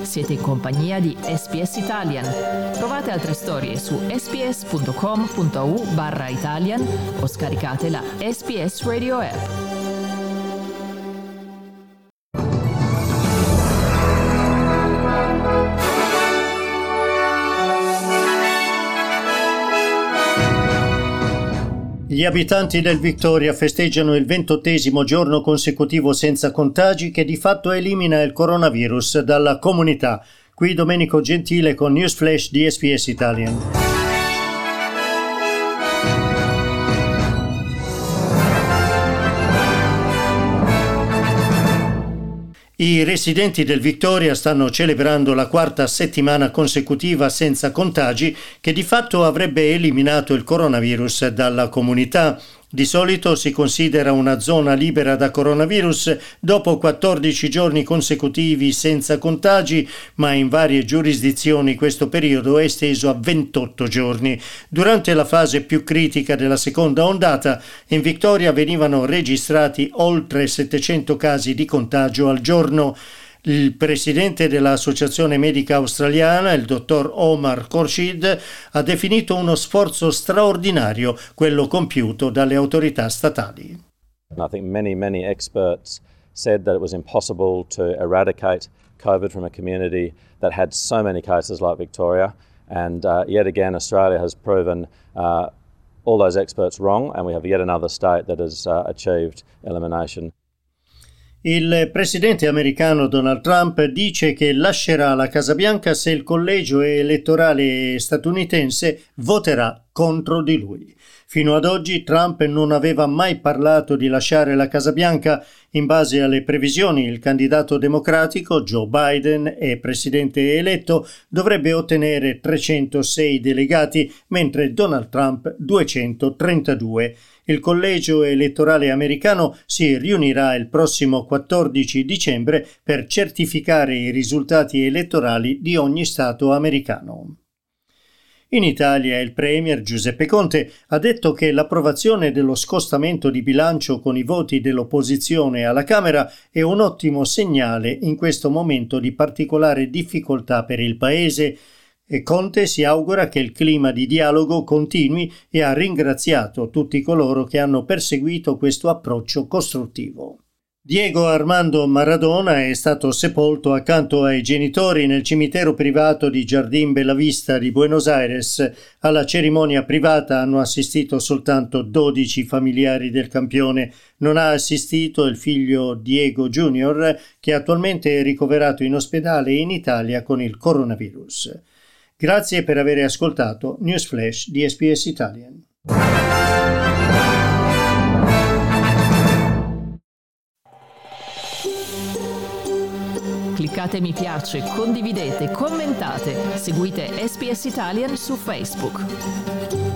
siete in compagnia di SPS Italian. Trovate altre storie su sps.com.au/Italian o scaricate la SPS Radio app. Gli abitanti del Victoria festeggiano il 28° giorno consecutivo senza contagi che di fatto elimina il coronavirus dalla comunità. Qui Domenico Gentile con News Flash di SPS Italian. I residenti del Victoria stanno celebrando la quarta settimana consecutiva senza contagi che di fatto avrebbe eliminato il coronavirus dalla comunità. Di solito si considera una zona libera da coronavirus dopo 14 giorni consecutivi senza contagi, ma in varie giurisdizioni questo periodo è esteso a 28 giorni. Durante la fase più critica della seconda ondata, in Victoria venivano registrati oltre 700 casi di contagio al giorno. Il presidente dell'Associazione Medica Australiana, il dottor Omar Khorshid, ha definito uno sforzo straordinario quello compiuto dalle autorità statali. I think many experts said that it was impossible to eradicate COVID from a community that had so many cases like Victoria, and yet again Australia has proven all those experts wrong, and we have yet another state that has achieved elimination. Il presidente americano Donald Trump dice che lascerà la Casa Bianca se il collegio elettorale statunitense voterà contro di lui. Fino ad oggi Trump non aveva mai parlato di lasciare la Casa Bianca. In base alle previsioni, il candidato democratico Joe Biden, presidente eletto, dovrebbe ottenere 306 delegati, mentre Donald Trump 232. Il collegio elettorale americano si riunirà il prossimo 14 dicembre per certificare i risultati elettorali di ogni Stato americano. In Italia il premier Giuseppe Conte ha detto che l'approvazione dello scostamento di bilancio con i voti dell'opposizione alla Camera è un ottimo segnale in questo momento di particolare difficoltà per il Paese. E Conte si augura che il clima di dialogo continui e ha ringraziato tutti coloro che hanno perseguito questo approccio costruttivo. Diego Armando Maradona è stato sepolto accanto ai genitori nel cimitero privato di Jardín Bellavista di Buenos Aires. Alla cerimonia privata hanno assistito soltanto 12 familiari del campione. Non ha assistito il figlio Diego Junior, che attualmente è ricoverato in ospedale in Italia con il coronavirus. Grazie per aver ascoltato News Flash di SPS Italian. Cliccate mi piace, condividete, commentate, seguite SPS Italian su Facebook.